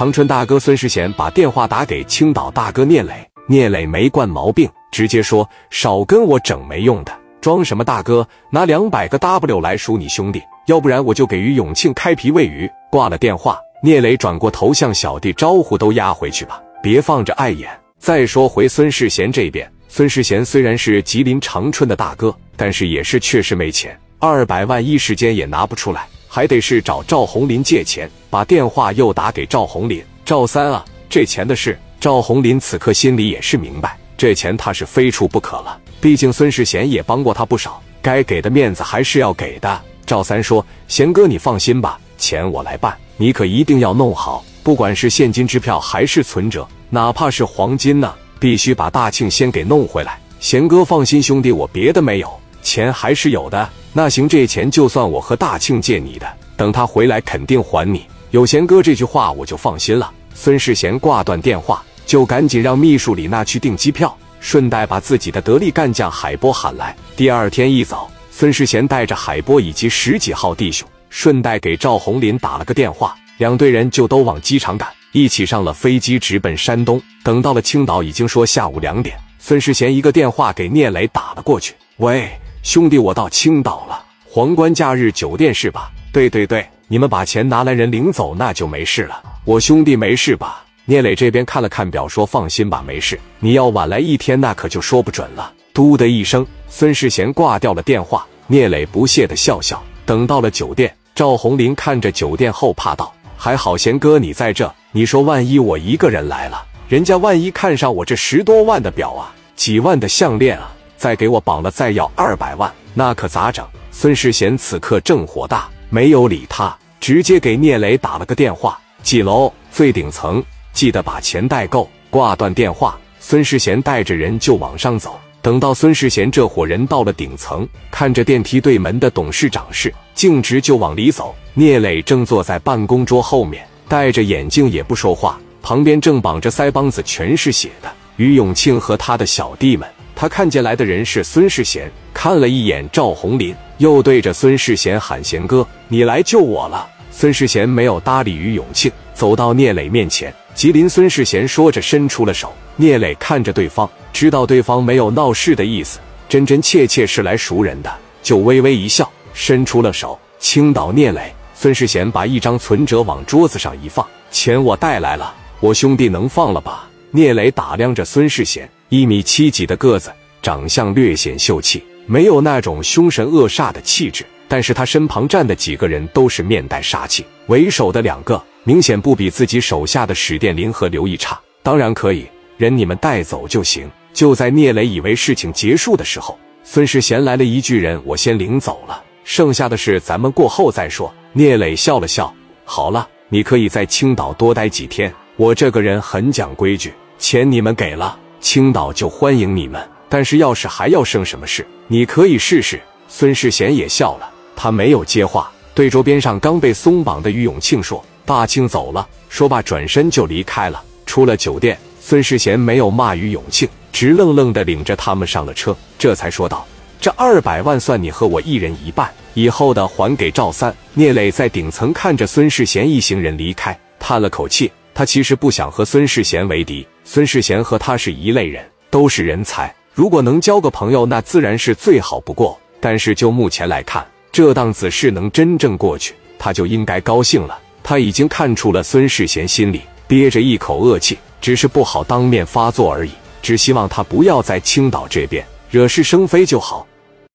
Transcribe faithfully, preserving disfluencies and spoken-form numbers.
长春大哥孙世贤把电话打给青岛大哥聂磊，聂磊没惯毛病，直接说少跟我整没用的，装什么大哥，拿两百个 W 来赎你兄弟，要不然我就给于永庆开皮喂鱼。挂了电话，聂磊转过头向小弟招呼，都压回去吧，别放着碍眼。再说回孙世贤这边，孙世贤虽然是吉林长春的大哥，但是也是确实没钱，二百万一时间也拿不出来，还得是找赵红林借钱。把电话又打给赵红林，赵三啊，这钱的事。赵红林此刻心里也是明白，这钱他是非出不可了，毕竟孙世贤也帮过他不少，该给的面子还是要给的。赵三说，贤哥你放心吧，钱我来办，你可一定要弄好，不管是现金支票还是存折，哪怕是黄金呢，必须把大庆先给弄回来。贤哥放心兄弟，我别的没有，钱还是有的。那行，这钱就算我和大庆借你的，等他回来肯定还你。有贤哥这句话我就放心了。孙世贤挂断电话，就赶紧让秘书李娜去订机票，顺带把自己的得力干将海波喊来。第二天一早，孙世贤带着海波以及十几号弟兄，顺带给赵红林打了个电话，两队人就都往机场赶，一起上了飞机直奔山东。等到了青岛，已经说下午两点。孙世贤一个电话给聂磊打了过去，喂，兄弟，我到青岛了，皇冠假日酒店是吧？对对对，你们把钱拿来，人领走，那就没事了。我兄弟没事吧？聂磊这边看了看表，说放心吧，没事。你要晚来一天，那可就说不准了。嘟的一声，孙世贤挂掉了电话。聂磊不屑地笑笑。等到了酒店，赵红林看着酒店后怕道，还好贤哥你在这，你说万一我一个人来了，人家万一看上我这十多万的表啊，几万的项链啊，再给我绑了再要二百万，那可咋整？孙世贤此刻正火大，没有理他，直接给聂磊打了个电话，几楼最顶层，记得把钱带够。挂断电话，孙世贤带着人就往上走。等到孙世贤这伙人到了顶层，看着电梯对门的董事长室，径直就往里走。聂磊正坐在办公桌后面，戴着眼镜也不说话，旁边正绑着腮帮子全是血的于永庆和他的小弟们。他看见来的人是孙世贤，看了一眼赵红林，又对着孙世贤喊，贤哥你来救我了。孙世贤没有搭理于永庆，走到聂磊面前。吉林孙世贤说着伸出了手，聂磊看着对方，知道对方没有闹事的意思，真真切切是来赎人的，就微微一笑，伸出了手。青岛聂磊，孙世贤把一张存折往桌子上一放，钱我带来了，我兄弟能放了吧？聂磊打量着孙世贤，一米七几的个子，长相略显秀气，没有那种凶神恶煞的气质，但是他身旁站的几个人都是面带杀气，为首的两个明显不比自己手下的史殿林和刘毅差。当然可以，人你们带走就行。就在聂磊以为事情结束的时候，孙世贤来了一句，人我先领走了，剩下的事咱们过后再说。聂磊笑了笑，好了，你可以在青岛多待几天，我这个人很讲规矩，钱你们给了，青岛就欢迎你们，但是要是还要生什么事，你可以试试。孙世贤也笑了，他没有接话，对桌边上刚被松绑的于永庆说，大庆走了。说罢转身就离开了。出了酒店，孙世贤没有骂于永庆，直愣愣地领着他们上了车，这才说道，这二百万算你和我一人一半，以后的还给赵三。聂磊在顶层看着孙世贤一行人离开，叹了口气，他其实不想和孙世贤为敌，孙世贤和他是一类人，都是人才，如果能交个朋友，那自然是最好不过。但是就目前来看，这档子事能真正过去，他就应该高兴了。他已经看出了孙世贤心里憋着一口恶气，只是不好当面发作而已，只希望他不要在青岛这边惹是生非就好。